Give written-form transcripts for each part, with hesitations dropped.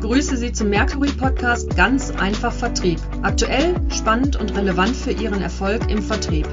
begrüße Sie zum Mercury-Podcast Ganz einfach Vertrieb. Aktuell, spannend und relevant für Ihren Erfolg im Vertrieb.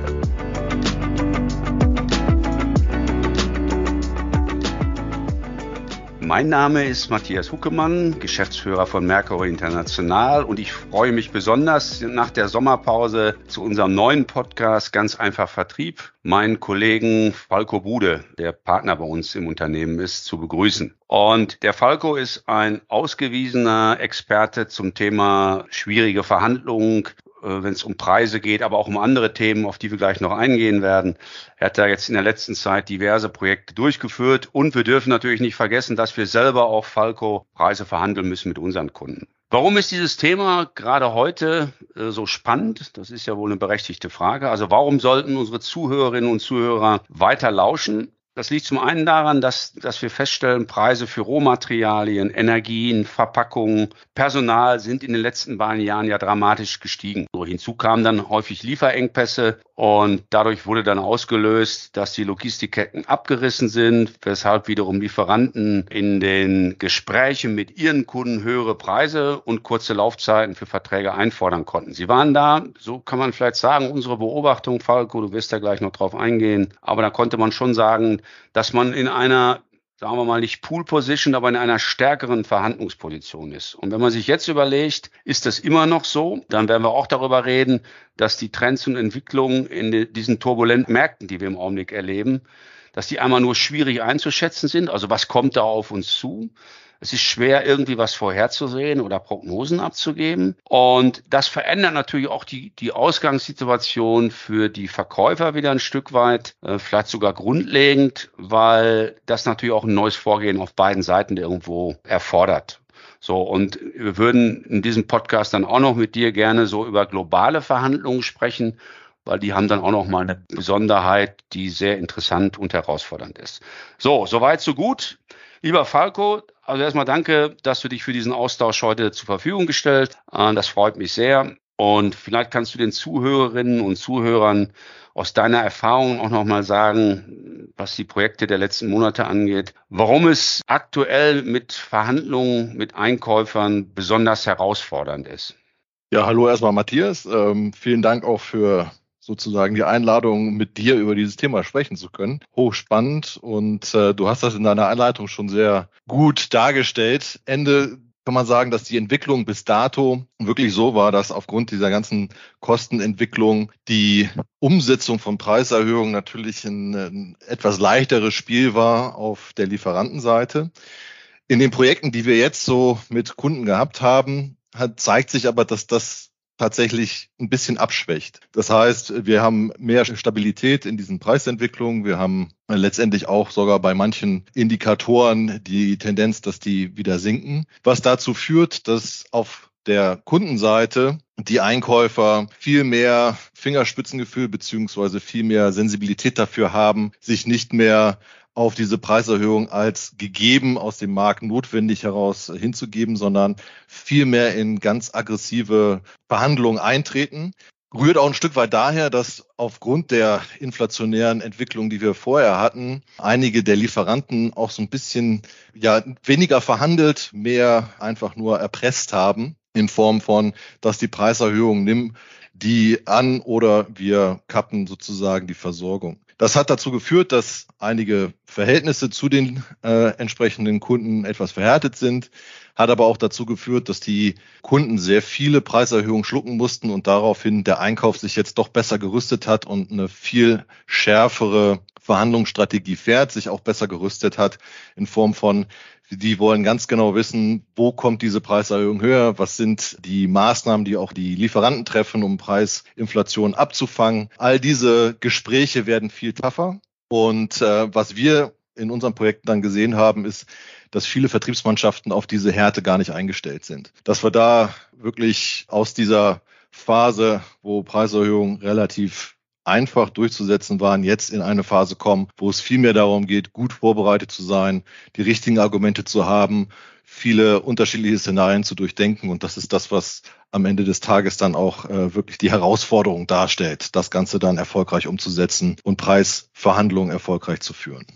Mein Name ist Matthias Huckemann, Geschäftsführer von Mercury International, und ich freue mich besonders, nach der Sommerpause zu unserem neuen Podcast Ganz einfach Vertrieb meinen Kollegen Falko Bude, der Partner bei uns im Unternehmen ist, zu begrüßen. Und der Falko ist ein ausgewiesener Experte zum Thema schwierige Verhandlungen, wenn es um Preise geht, aber auch um andere Themen, auf die wir gleich noch eingehen werden. Er hat da jetzt in der letzten Zeit diverse Projekte durchgeführt, und wir dürfen natürlich nicht vergessen, dass wir selber auch, Falko, Preise verhandeln müssen mit unseren Kunden. Warum ist dieses Thema gerade heute so spannend? Das ist ja wohl eine berechtigte Frage. Also warum sollten unsere Zuhörerinnen und Zuhörer weiter lauschen? Das liegt zum einen daran, dass wir feststellen, Preise für Rohmaterialien, Energien, Verpackungen, Personal sind in den letzten beiden Jahren ja dramatisch gestiegen. So, hinzu kamen dann häufig Lieferengpässe, und dadurch wurde dann ausgelöst, dass die Logistikketten abgerissen sind, weshalb wiederum Lieferanten in den Gesprächen mit ihren Kunden höhere Preise und kurze Laufzeiten für Verträge einfordern konnten. Sie waren da, so kann man vielleicht sagen, unsere Beobachtung, Falko, du wirst da gleich noch drauf eingehen, aber da konnte man schon sagen, dass man in einer, sagen wir mal, nicht Pool-Position, aber in einer stärkeren Verhandlungsposition ist. Und wenn man sich jetzt überlegt, ist das immer noch so, dann werden wir auch darüber reden, dass die Trends und Entwicklungen in diesen turbulenten Märkten, die wir im Augenblick erleben, dass die einmal nur schwierig einzuschätzen sind. Also was kommt da auf uns zu? Es ist schwer, irgendwie was vorherzusehen oder Prognosen abzugeben. Und das verändert natürlich auch die Ausgangssituation für die Verkäufer wieder ein Stück weit, vielleicht sogar grundlegend, weil das natürlich auch ein neues Vorgehen auf beiden Seiten irgendwo erfordert. So, und wir würden in diesem Podcast dann auch noch mit dir gerne so über globale Verhandlungen sprechen, weil die haben dann auch noch mal eine Besonderheit, die sehr interessant und herausfordernd ist. So, soweit, so gut. Lieber Falko, also erstmal danke, dass du dich für diesen Austausch heute zur Verfügung gestellt hast. Das freut mich sehr. Und vielleicht kannst du den Zuhörerinnen und Zuhörern aus deiner Erfahrung auch noch mal sagen, was die Projekte der letzten Monate angeht, warum es aktuell mit Verhandlungen mit Einkäufern besonders herausfordernd ist. Ja, hallo erstmal Matthias. Vielen Dank auch für sozusagen die Einladung, mit dir über dieses Thema sprechen zu können. Hochspannend, und du hast das in deiner Einleitung schon sehr gut dargestellt. Ende kann man sagen, dass die Entwicklung bis dato wirklich so war, dass aufgrund dieser ganzen Kostenentwicklung die Umsetzung von Preiserhöhungen natürlich ein etwas leichteres Spiel war auf der Lieferantenseite. In den Projekten, die wir jetzt so mit Kunden gehabt haben, zeigt sich aber, dass das tatsächlich ein bisschen abschwächt. Das heißt, wir haben mehr Stabilität in diesen Preisentwicklungen. Wir haben letztendlich auch sogar bei manchen Indikatoren die Tendenz, dass die wieder sinken, was dazu führt, dass auf der Kundenseite die Einkäufer viel mehr Fingerspitzengefühl beziehungsweise viel mehr Sensibilität dafür haben, sich nicht mehr auf diese Preiserhöhung als gegeben aus dem Markt notwendig heraus hinzugeben, sondern viel mehr in ganz aggressive Verhandlungen eintreten. Rührt auch ein Stück weit daher, dass aufgrund der inflationären Entwicklung, die wir vorher hatten, einige der Lieferanten auch so ein bisschen weniger verhandelt, mehr einfach nur erpresst haben in Form von, dass die Preiserhöhung nimmt, die an, oder wir kappen sozusagen die Versorgung. Das hat dazu geführt, dass einige Verhältnisse zu den entsprechenden Kunden etwas verhärtet sind, hat aber auch dazu geführt, dass die Kunden sehr viele Preiserhöhungen schlucken mussten und daraufhin der Einkauf sich jetzt doch besser gerüstet hat und eine viel schärfere Verhandlungsstrategie fährt, sich auch besser gerüstet hat in Form von, die wollen ganz genau wissen, wo kommt diese Preiserhöhung höher, was sind die Maßnahmen, die auch die Lieferanten treffen, um Preisinflation abzufangen. All diese Gespräche werden viel tougher, und was wir in unseren Projekten dann gesehen haben, ist, dass viele Vertriebsmannschaften auf diese Härte gar nicht eingestellt sind. Dass wir da wirklich aus dieser Phase, wo Preiserhöhungen relativ einfach durchzusetzen waren, jetzt in eine Phase kommen, wo es viel mehr darum geht, gut vorbereitet zu sein, die richtigen Argumente zu haben, viele unterschiedliche Szenarien zu durchdenken. Und das ist das, was am Ende des Tages dann auch wirklich die Herausforderung darstellt, das Ganze dann erfolgreich umzusetzen und Preisverhandlungen erfolgreich zu führen.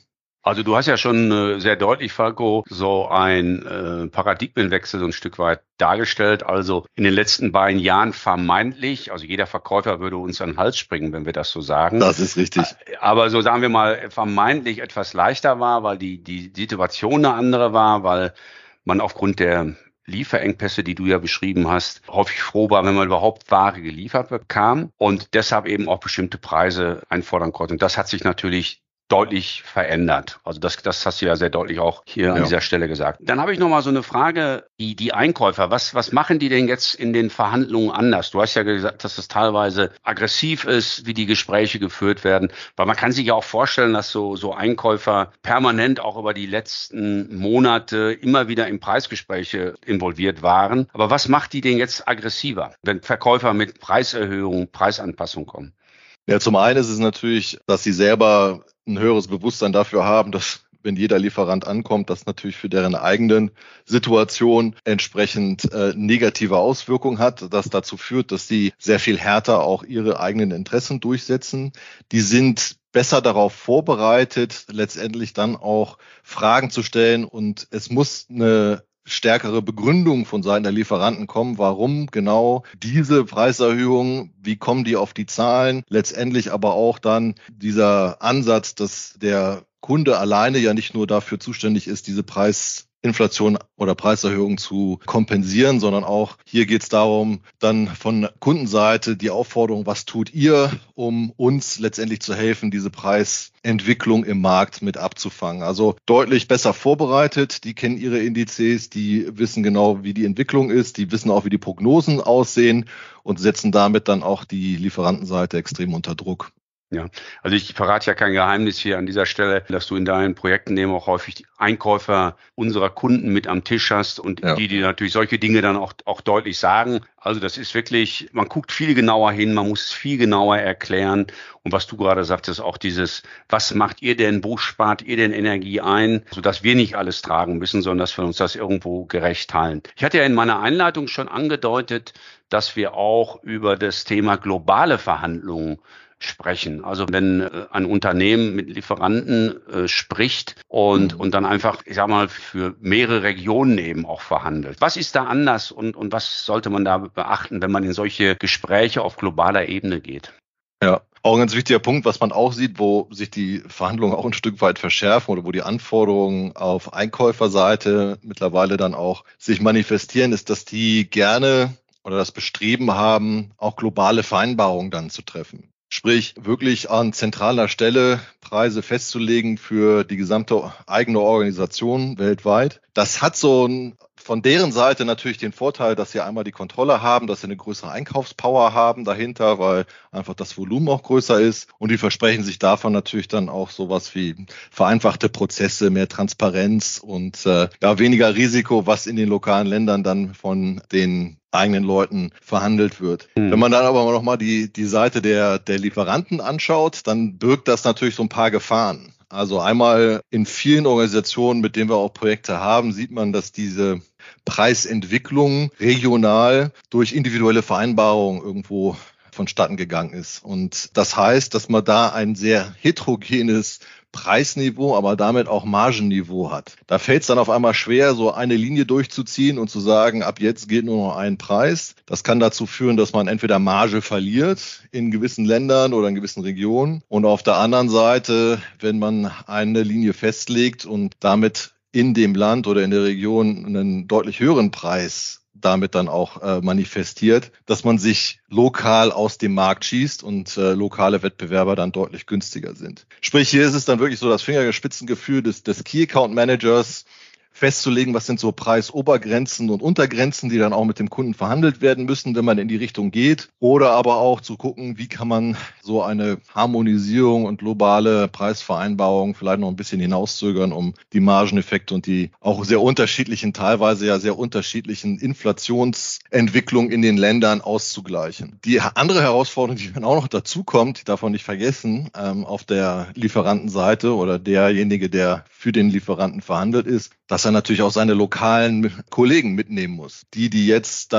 Also du hast ja schon sehr deutlich, Falco, so ein Paradigmenwechsel so ein Stück weit dargestellt. Also in den letzten beiden Jahren vermeintlich, also jeder Verkäufer würde uns an den Hals springen, wenn wir das so sagen. Das ist richtig. Aber so sagen wir mal, vermeintlich etwas leichter war, weil die Situation eine andere war, weil man aufgrund der Lieferengpässe, die du ja beschrieben hast, häufig froh war, wenn man überhaupt Ware geliefert bekam und deshalb eben auch bestimmte Preise einfordern konnte. Und das hat sich natürlich deutlich verändert. Also das hast du ja sehr deutlich auch hier an dieser Stelle gesagt. Dann habe ich noch mal so eine Frage, die Einkäufer, was machen die denn jetzt in den Verhandlungen anders? Du hast ja gesagt, dass es teilweise aggressiv ist, wie die Gespräche geführt werden, weil man kann sich ja auch vorstellen, dass so Einkäufer permanent auch über die letzten Monate immer wieder in Preisgespräche involviert waren. Aber was macht die denn jetzt aggressiver, wenn Verkäufer mit Preiserhöhungen, Preisanpassungen kommen? Ja, zum einen ist es natürlich, dass sie selber ein höheres Bewusstsein dafür haben, dass wenn jeder Lieferant ankommt, das natürlich für deren eigenen Situation entsprechend negative Auswirkungen hat, das dazu führt, dass sie sehr viel härter auch ihre eigenen Interessen durchsetzen. Die sind besser darauf vorbereitet, letztendlich dann auch Fragen zu stellen und es muss eine stärkere Begründung von Seiten der Lieferanten kommen, warum genau diese Preiserhöhungen, wie kommen die auf die Zahlen, letztendlich aber auch dann dieser Ansatz, dass der Kunde alleine ja nicht nur dafür zuständig ist, diese Preisinflation oder Preiserhöhung zu kompensieren, sondern auch hier geht es darum, dann von Kundenseite die Aufforderung, was tut ihr, um uns letztendlich zu helfen, diese Preisentwicklung im Markt mit abzufangen. Also deutlich besser vorbereitet, die kennen ihre Indizes, die wissen genau, wie die Entwicklung ist, die wissen auch, wie die Prognosen aussehen und setzen damit dann auch die Lieferantenseite extrem unter Druck. Ja, also ich verrate ja kein Geheimnis hier an dieser Stelle, dass du in deinen Projekten eben auch häufig die Einkäufer unserer Kunden mit am Tisch hast und die natürlich solche Dinge dann auch deutlich sagen. Also das ist wirklich, man guckt viel genauer hin, man muss es viel genauer erklären. Und was du gerade sagtest, auch dieses, was macht ihr denn, wo spart ihr denn Energie ein, sodass wir nicht alles tragen müssen, sondern dass wir uns das irgendwo gerecht teilen. Ich hatte ja in meiner Einleitung schon angedeutet, dass wir auch über das Thema globale Verhandlungen sprechen. Also wenn ein Unternehmen mit Lieferanten spricht und dann einfach, ich sag mal, für mehrere Regionen eben auch verhandelt. Was ist da anders und was sollte man da beachten, wenn man in solche Gespräche auf globaler Ebene geht? Ja, auch ein ganz wichtiger Punkt, was man auch sieht, wo sich die Verhandlungen auch ein Stück weit verschärfen oder wo die Anforderungen auf Einkäuferseite mittlerweile dann auch sich manifestieren, ist, dass die gerne oder das Bestreben haben, auch globale Vereinbarungen dann zu treffen. Sprich, wirklich an zentraler Stelle Preise festzulegen für die gesamte eigene Organisation weltweit. Das hat von deren Seite natürlich den Vorteil, dass sie einmal die Kontrolle haben, dass sie eine größere Einkaufspower haben dahinter, weil einfach das Volumen auch größer ist. Und die versprechen sich davon natürlich dann auch sowas wie vereinfachte Prozesse, mehr Transparenz und weniger Risiko, was in den lokalen Ländern dann von den eigenen Leuten verhandelt wird. Wenn man dann aber nochmal die Seite der Lieferanten anschaut, dann birgt das natürlich so ein paar Gefahren. Also einmal in vielen Organisationen, mit denen wir auch Projekte haben, sieht man, dass diese Preisentwicklung regional durch individuelle Vereinbarungen irgendwo vonstatten gegangen ist. Und das heißt, dass man da ein sehr heterogenes Preisniveau, aber damit auch Margenniveau hat. Da fällt es dann auf einmal schwer, so eine Linie durchzuziehen und zu sagen, ab jetzt gilt nur noch ein Preis. Das kann dazu führen, dass man entweder Marge verliert in gewissen Ländern oder in gewissen Regionen. Und auf der anderen Seite, wenn man eine Linie festlegt und damit in dem Land oder in der Region einen deutlich höheren Preis damit dann auch manifestiert, dass man sich lokal aus dem Markt schießt und lokale Wettbewerber dann deutlich günstiger sind. Sprich, hier ist es dann wirklich so das Fingerspitzengefühl des Key Account Managers, festzulegen, was sind so Preisobergrenzen und Untergrenzen, die dann auch mit dem Kunden verhandelt werden müssen, wenn man in die Richtung geht. Oder aber auch zu gucken, wie kann man so eine Harmonisierung und globale Preisvereinbarung vielleicht noch ein bisschen hinauszögern, um die Margeneffekte und die auch sehr unterschiedlichen, teilweise ja sehr unterschiedlichen Inflationsentwicklungen in den Ländern auszugleichen. Die andere Herausforderung, die dann auch noch dazu kommt, die darf man nicht vergessen, auf der Lieferantenseite oder derjenige, der für den Lieferanten verhandelt ist, dass er natürlich auch seine lokalen Kollegen mitnehmen muss. Die jetzt dann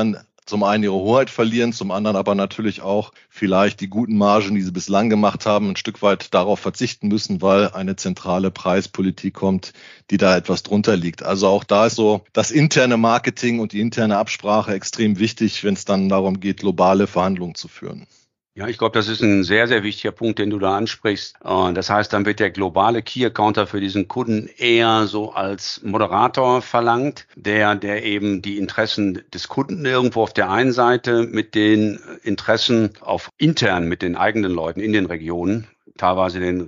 zum einen ihre Hoheit verlieren, zum anderen aber natürlich auch vielleicht die guten Margen, die sie bislang gemacht haben, ein Stück weit darauf verzichten müssen, weil eine zentrale Preispolitik kommt, die da etwas drunter liegt. Also auch da ist so das interne Marketing und die interne Absprache extrem wichtig, wenn es dann darum geht, globale Verhandlungen zu führen. Ja, ich glaube, das ist ein sehr, sehr wichtiger Punkt, den du da ansprichst. Das heißt, dann wird der globale Key-Accounter für diesen Kunden eher so als Moderator verlangt, der eben die Interessen des Kunden irgendwo auf der einen Seite mit den Interessen auf intern mit den eigenen Leuten in den Regionen, teilweise den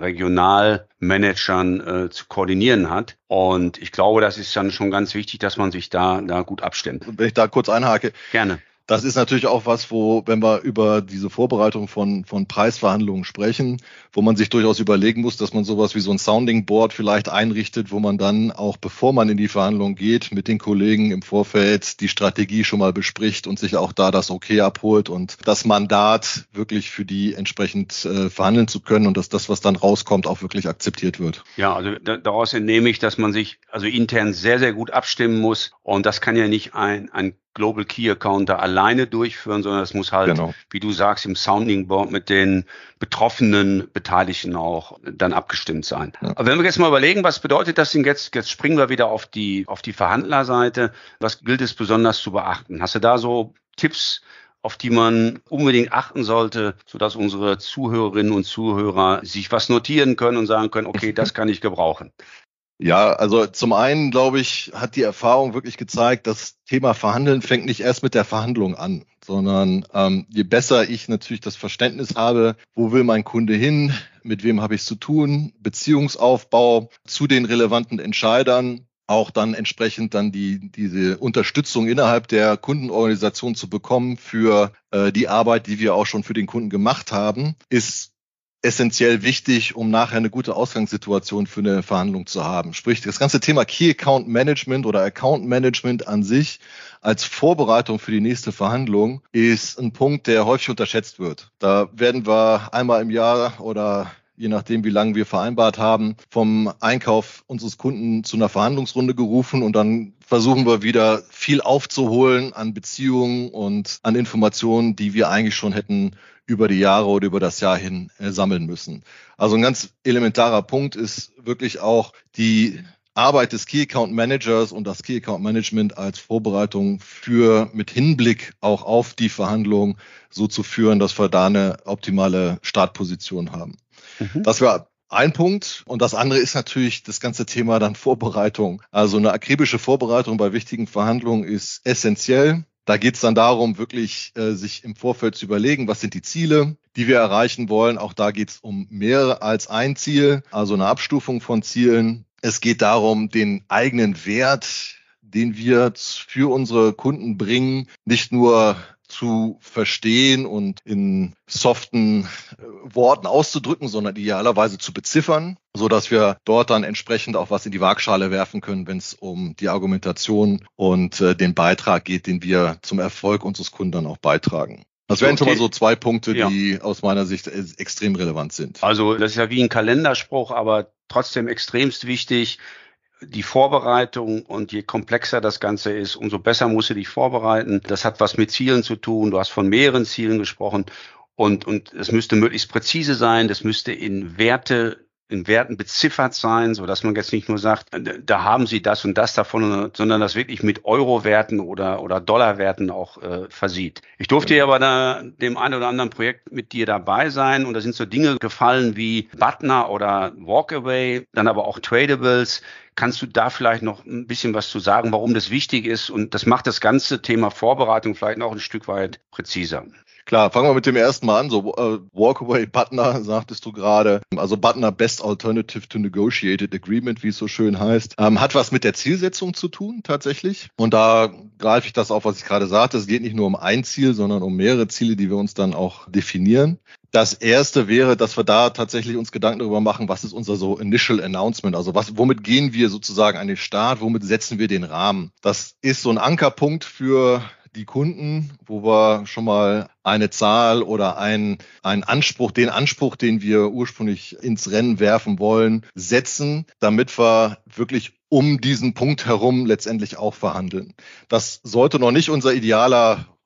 Regionalmanagern zu koordinieren hat. Und ich glaube, das ist dann schon ganz wichtig, dass man sich da gut abstimmt. Wenn ich da kurz einhake. Gerne. Das ist natürlich auch was, wenn wir über diese Vorbereitung von Preisverhandlungen sprechen, wo man sich durchaus überlegen muss, dass man sowas wie so ein Sounding Board vielleicht einrichtet, wo man dann auch, bevor man in die Verhandlung geht, mit den Kollegen im Vorfeld die Strategie schon mal bespricht und sich auch da das Okay abholt und das Mandat wirklich für die entsprechend verhandeln zu können und dass das, was dann rauskommt, auch wirklich akzeptiert wird. Ja, also daraus entnehme ich, dass man sich also intern sehr, sehr gut abstimmen muss und das kann ja nicht ein Global Key Accounter alleine durchführen, sondern es muss halt, wie du sagst, im Sounding Board mit den betroffenen Beteiligten auch dann abgestimmt sein. Ja. Aber wenn wir jetzt mal überlegen, was bedeutet das denn jetzt? Jetzt springen wir wieder auf die Verhandlerseite. Was gilt es besonders zu beachten? Hast du da so Tipps, auf die man unbedingt achten sollte, sodass unsere Zuhörerinnen und Zuhörer sich was notieren können und sagen können, okay, das kann ich gebrauchen? Ja, also zum einen, glaube ich, hat die Erfahrung wirklich gezeigt, das Thema Verhandeln fängt nicht erst mit der Verhandlung an, sondern je besser ich natürlich das Verständnis habe, wo will mein Kunde hin, mit wem habe ich es zu tun, Beziehungsaufbau zu den relevanten Entscheidern, auch dann entsprechend dann diese Unterstützung innerhalb der Kundenorganisation zu bekommen für die Arbeit, die wir auch schon für den Kunden gemacht haben, ist essentiell wichtig, um nachher eine gute Ausgangssituation für eine Verhandlung zu haben. Sprich, das ganze Thema Key Account Management oder Account Management an sich als Vorbereitung für die nächste Verhandlung ist ein Punkt, der häufig unterschätzt wird. Da werden wir einmal im Jahr oder je nachdem, wie lange wir vereinbart haben, vom Einkauf unseres Kunden zu einer Verhandlungsrunde gerufen und dann versuchen wir wieder viel aufzuholen an Beziehungen und an Informationen, die wir eigentlich schon hätten über die Jahre oder über das Jahr hin sammeln müssen. Also ein ganz elementarer Punkt ist wirklich auch die Arbeit des Key Account Managers und das Key Account Management als Vorbereitung für mit Hinblick auch auf die Verhandlung so zu führen, dass wir da eine optimale Startposition haben. Das wäre ein Punkt. Und das andere ist natürlich das ganze Thema dann Vorbereitung. Also eine akribische Vorbereitung bei wichtigen Verhandlungen ist essentiell. Da geht es dann darum, wirklich sich im Vorfeld zu überlegen, was sind die Ziele, die wir erreichen wollen. Auch da geht es um mehr als ein Ziel, also eine Abstufung von Zielen. Es geht darum, den eigenen Wert, den wir für unsere Kunden bringen, nicht nur zu verstehen und in soften Worten auszudrücken, sondern idealerweise zu beziffern, so dass wir dort dann entsprechend auch was in die Waagschale werfen können, wenn es um die Argumentation und den Beitrag geht, den wir zum Erfolg unseres Kunden dann auch beitragen. Das wären schon mal so 2 Punkte, die aus meiner Sicht extrem relevant sind. Also das ist ja wie ein Kalenderspruch, aber trotzdem extremst wichtig. Die Vorbereitung und je komplexer das Ganze ist, umso besser musst du dich vorbereiten. Das hat was mit Zielen zu tun. Du hast von mehreren Zielen gesprochen und es müsste möglichst präzise sein. Das müsste in Werten beziffert sein, so dass man jetzt nicht nur sagt, da haben Sie das und das davon, sondern das wirklich mit Euro-Werten oder Dollar-Werten auch versieht. Ich durfte ja bei dem einen oder anderen Projekt mit dir dabei sein und da sind so Dinge gefallen wie Butner oder Walkaway, dann aber auch Tradables. Kannst du da vielleicht noch ein bisschen was zu sagen, warum das wichtig ist? Und das macht das ganze Thema Vorbereitung vielleicht noch ein Stück weit präziser. Klar, fangen wir mit dem ersten Mal an. So Walkaway Butner, sagtest du gerade. Also Butner Best Alternative to Negotiated Agreement, wie es so schön heißt. Hat was mit der Zielsetzung zu tun, tatsächlich. Und da greife ich das auf, was ich gerade sagte. Es geht nicht nur um ein Ziel, sondern um mehrere Ziele, die wir uns dann auch definieren. Das erste wäre, dass wir da tatsächlich uns Gedanken darüber machen, was ist unser so Initial Announcement? Also womit gehen wir sozusagen an den Start? Womit setzen wir den Rahmen? Das ist so ein Ankerpunkt für die Kunden, wo wir schon mal eine Zahl oder den Anspruch, den wir ursprünglich ins Rennen werfen wollen, setzen, damit wir wirklich um diesen Punkt herum letztendlich auch verhandeln. Das sollte noch nicht unser idealer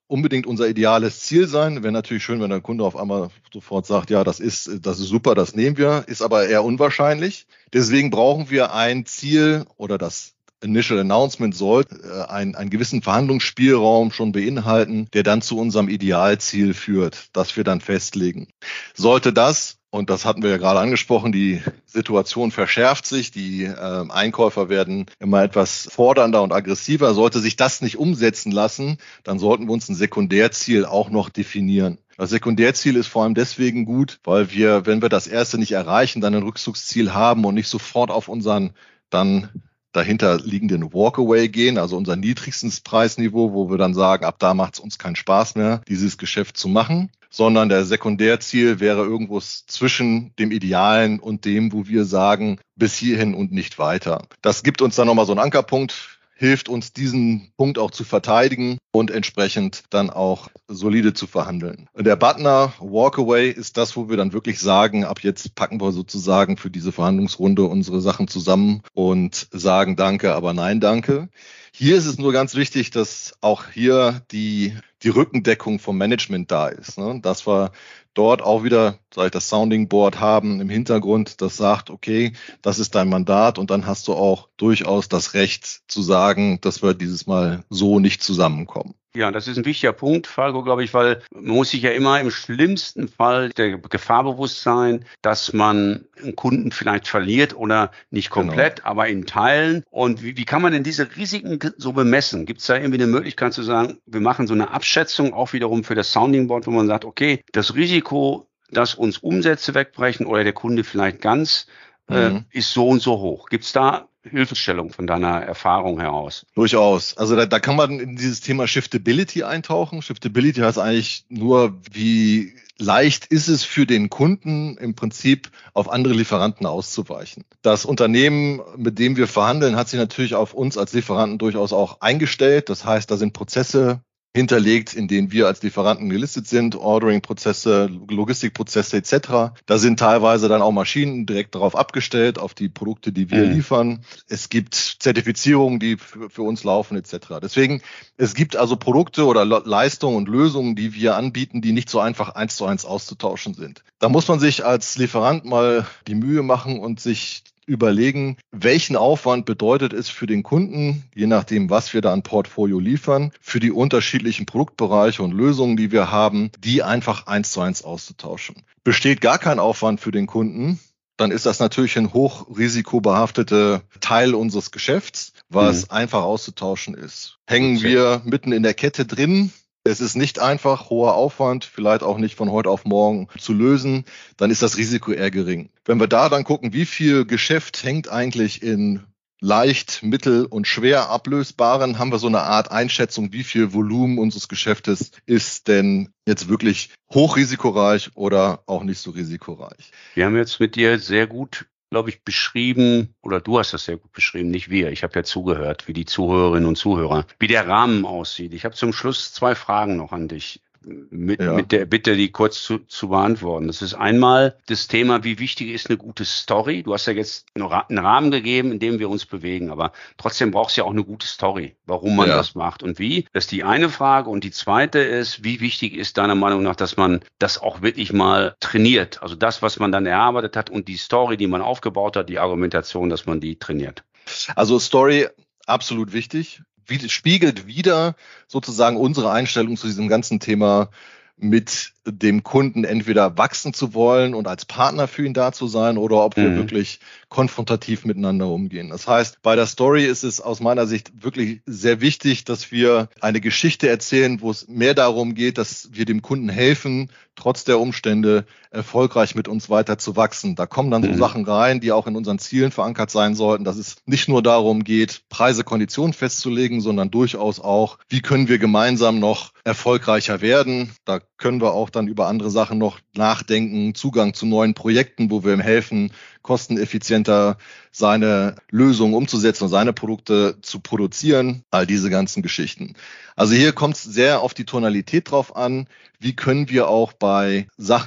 unbedingt unser ideales Ziel sein. Wäre natürlich schön, wenn der Kunde auf einmal sofort sagt, ja, das ist super, das nehmen wir, ist aber eher unwahrscheinlich. Deswegen brauchen wir ein Ziel oder das Initial Announcement sollte einen gewissen Verhandlungsspielraum schon beinhalten, der dann zu unserem Idealziel führt, das wir dann festlegen. Sollte das, und das hatten wir ja gerade angesprochen, die Situation verschärft sich, die Einkäufer werden immer etwas fordernder und aggressiver. Sollte sich das nicht umsetzen lassen, dann sollten wir uns ein Sekundärziel auch noch definieren. Das Sekundärziel ist vor allem deswegen gut, weil wir, wenn wir das erste nicht erreichen, dann ein Rückzugsziel haben und nicht sofort auf unseren dann dahinter liegenden Walkaway gehen, also unser niedrigstes Preisniveau, wo wir dann sagen, ab da macht es uns keinen Spaß mehr, dieses Geschäft zu machen, sondern der Sekundärziel wäre irgendwo zwischen dem Idealen und dem, wo wir sagen, bis hierhin und nicht weiter. Das gibt uns dann nochmal so einen Ankerpunkt, hilft uns, diesen Punkt auch zu verteidigen und entsprechend dann auch solide zu verhandeln. Der Butner Walkaway ist das, wo wir dann wirklich sagen, ab jetzt packen wir sozusagen für diese Verhandlungsrunde unsere Sachen zusammen und sagen Danke, aber nein, danke. Hier ist es nur ganz wichtig, dass auch hier die Rückendeckung vom Management da ist, ne? Dass wir dort auch wieder, das Sounding Board haben im Hintergrund, das sagt, okay, das ist dein Mandat und dann hast du auch durchaus das Recht zu sagen, dass wir dieses Mal so nicht zusammenkommen. Ja, das ist ein wichtiger Punkt, Falco, glaube ich, weil man muss sich ja immer im schlimmsten Fall der Gefahr bewusst sein, dass man einen Kunden vielleicht verliert oder nicht komplett, genau, aber in Teilen. Und wie kann man denn diese Risiken so bemessen? Gibt es da irgendwie eine Möglichkeit zu sagen, wir machen so eine Abschätzung auch wiederum für das Sounding Board, wo man sagt, okay, das Risiko, dass uns Umsätze wegbrechen oder der Kunde vielleicht ganz, ist so und so hoch. Gibt es da Hilfestellung von deiner Erfahrung heraus? Durchaus. Also da kann man in dieses Thema Shiftability eintauchen. Shiftability heißt eigentlich nur, wie leicht ist es für den Kunden im Prinzip auf andere Lieferanten auszuweichen. Das Unternehmen, mit dem wir verhandeln, hat sich natürlich auf uns als Lieferanten durchaus auch eingestellt. Das heißt, da sind Prozesse hinterlegt, in denen wir als Lieferanten gelistet sind, Ordering-Prozesse, Logistikprozesse etc. Da sind teilweise dann auch Maschinen direkt darauf abgestellt, auf die Produkte, die wir liefern. Es gibt Zertifizierungen, die für uns laufen etc. Deswegen, es gibt also Produkte oder Leistungen und Lösungen, die wir anbieten, die nicht so einfach 1:1 auszutauschen sind. Da muss man sich als Lieferant mal die Mühe machen und sich überlegen, welchen Aufwand bedeutet es für den Kunden, je nachdem, was wir da an Portfolio liefern, für die unterschiedlichen Produktbereiche und Lösungen, die wir haben, die einfach 1:1 auszutauschen. Besteht gar kein Aufwand für den Kunden, dann ist das natürlich ein hochrisikobehaftete Teil unseres Geschäfts, was einfach auszutauschen ist. Hängen wir mitten in der Kette drin, es ist nicht einfach, hoher Aufwand, vielleicht auch nicht von heute auf morgen zu lösen, dann ist das Risiko eher gering. Wenn wir da dann gucken, wie viel Geschäft hängt eigentlich in leicht, mittel und schwer ablösbaren, haben wir so eine Art Einschätzung, wie viel Volumen unseres Geschäftes ist denn jetzt wirklich hochrisikoreich oder auch nicht so risikoreich. Wir haben jetzt mit dir sehr gut, glaube ich, beschrieben, oder du hast das sehr gut beschrieben, nicht wir. Ich habe ja zugehört, wie die Zuhörerinnen und Zuhörer, wie der Rahmen aussieht. Ich habe zum Schluss 2 Fragen noch an dich. Mit der Bitte, die kurz zu beantworten. Das ist einmal das Thema, wie wichtig ist eine gute Story? Du hast ja jetzt einen Rahmen gegeben, in dem wir uns bewegen, aber trotzdem braucht es ja auch eine gute Story, warum man das macht und wie. Das ist die eine Frage. Und die zweite ist, wie wichtig ist deiner Meinung nach, dass man das auch wirklich mal trainiert? Also das, was man dann erarbeitet hat und die Story, die man aufgebaut hat, die Argumentation, dass man die trainiert. Also Story, absolut wichtig. Spiegelt wieder sozusagen unsere Einstellung zu diesem ganzen Thema, mit dem Kunden entweder wachsen zu wollen und als Partner für ihn da zu sein oder ob wir wirklich konfrontativ miteinander umgehen. Das heißt, bei der Story ist es aus meiner Sicht wirklich sehr wichtig, dass wir eine Geschichte erzählen, wo es mehr darum geht, dass wir dem Kunden helfen, trotz der Umstände erfolgreich mit uns weiter zu wachsen. Da kommen dann so Sachen rein, die auch in unseren Zielen verankert sein sollten, dass es nicht nur darum geht, Preise, Konditionen festzulegen, sondern durchaus auch, wie können wir gemeinsam noch erfolgreicher werden. Da können wir auch dann über andere Sachen noch nachdenken, Zugang zu neuen Projekten, wo wir ihm helfen, kosteneffizienter seine Lösungen umzusetzen und seine Produkte zu produzieren, all diese ganzen Geschichten. Also hier kommt es sehr auf die Tonalität drauf an. Wie können wir auch bei Sachen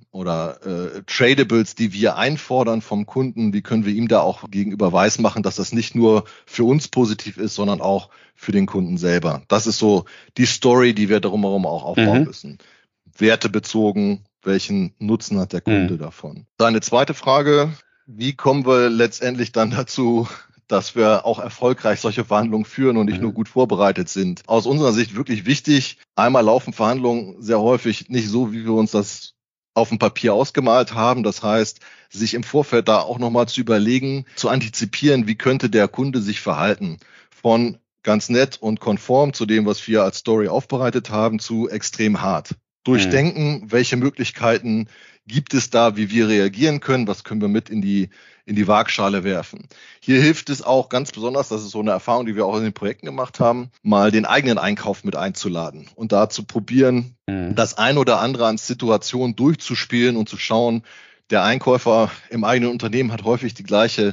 Tradables, die wir einfordern vom Kunden, wie können wir ihm da auch gegenüber weismachen, dass das nicht nur für uns positiv ist, sondern auch für den Kunden selber. Das ist so die Story, die wir drumherum auch aufbauen müssen. Wertebezogen, welchen Nutzen hat der Kunde davon? Deine zweite Frage, wie kommen wir letztendlich dann dazu, dass wir auch erfolgreich solche Verhandlungen führen und nicht nur gut vorbereitet sind? Aus unserer Sicht wirklich wichtig. Einmal laufen Verhandlungen sehr häufig nicht so, wie wir uns das auf dem Papier ausgemalt haben. Das heißt, sich im Vorfeld da auch nochmal zu überlegen, zu antizipieren, wie könnte der Kunde sich verhalten. Von ganz nett und konform zu dem, was wir als Story aufbereitet haben, zu extrem hart. Durchdenken, welche Möglichkeiten gibt es da, wie wir reagieren können, was können wir mit in die Waagschale werfen. Hier hilft es auch ganz besonders, das ist so eine Erfahrung, die wir auch in den Projekten gemacht haben, mal den eigenen Einkauf mit einzuladen und da zu probieren, das ein oder andere an Situationen durchzuspielen und zu schauen, der Einkäufer im eigenen Unternehmen hat häufig die gleiche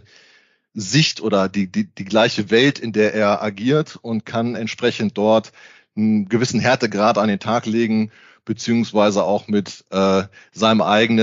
Sicht oder die gleiche Welt, in der er agiert und kann entsprechend dort einen gewissen Härtegrad an den Tag legen, beziehungsweise auch mit aus seiner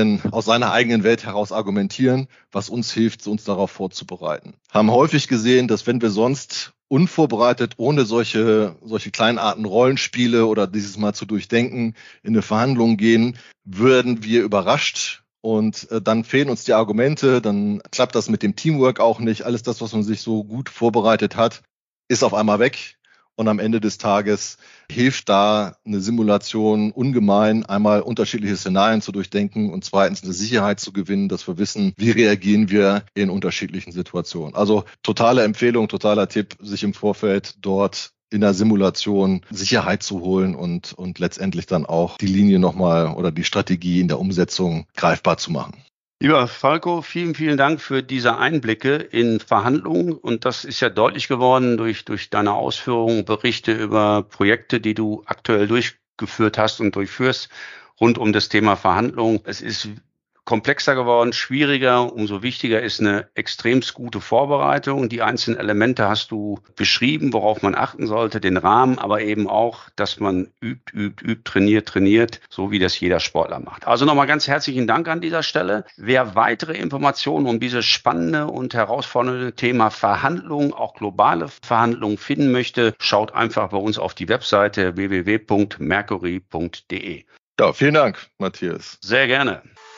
eigenen Welt heraus argumentieren, was uns hilft, uns darauf vorzubereiten. Haben häufig gesehen, dass wenn wir sonst unvorbereitet, ohne solche kleinarten Rollenspiele oder dieses Mal zu durchdenken, in eine Verhandlung gehen, würden wir überrascht und dann fehlen uns die Argumente, dann klappt das mit dem Teamwork auch nicht. Alles das, was man sich so gut vorbereitet hat, ist auf einmal weg. Und am Ende des Tages hilft da eine Simulation ungemein, einmal unterschiedliche Szenarien zu durchdenken und zweitens eine Sicherheit zu gewinnen, dass wir wissen, wie reagieren wir in unterschiedlichen Situationen. Also totale Empfehlung, totaler Tipp, sich im Vorfeld dort in der Simulation Sicherheit zu holen und letztendlich dann auch die Linie nochmal oder die Strategie in der Umsetzung greifbar zu machen. Lieber Falco, vielen, vielen Dank für diese Einblicke in Verhandlungen. Und das ist ja deutlich geworden durch deine Ausführungen, Berichte über Projekte, die du aktuell durchgeführt hast und durchführst rund um das Thema Verhandlungen. Es ist komplexer geworden, schwieriger, umso wichtiger ist eine extremst gute Vorbereitung. Die einzelnen Elemente hast du beschrieben, worauf man achten sollte, den Rahmen, aber eben auch, dass man übt, trainiert, so wie das jeder Sportler macht. Also nochmal ganz herzlichen Dank an dieser Stelle. Wer weitere Informationen um dieses spannende und herausfordernde Thema Verhandlungen, auch globale Verhandlungen finden möchte, schaut einfach bei uns auf die Webseite www.mercury.de. Ja, vielen Dank, Matthias. Sehr gerne.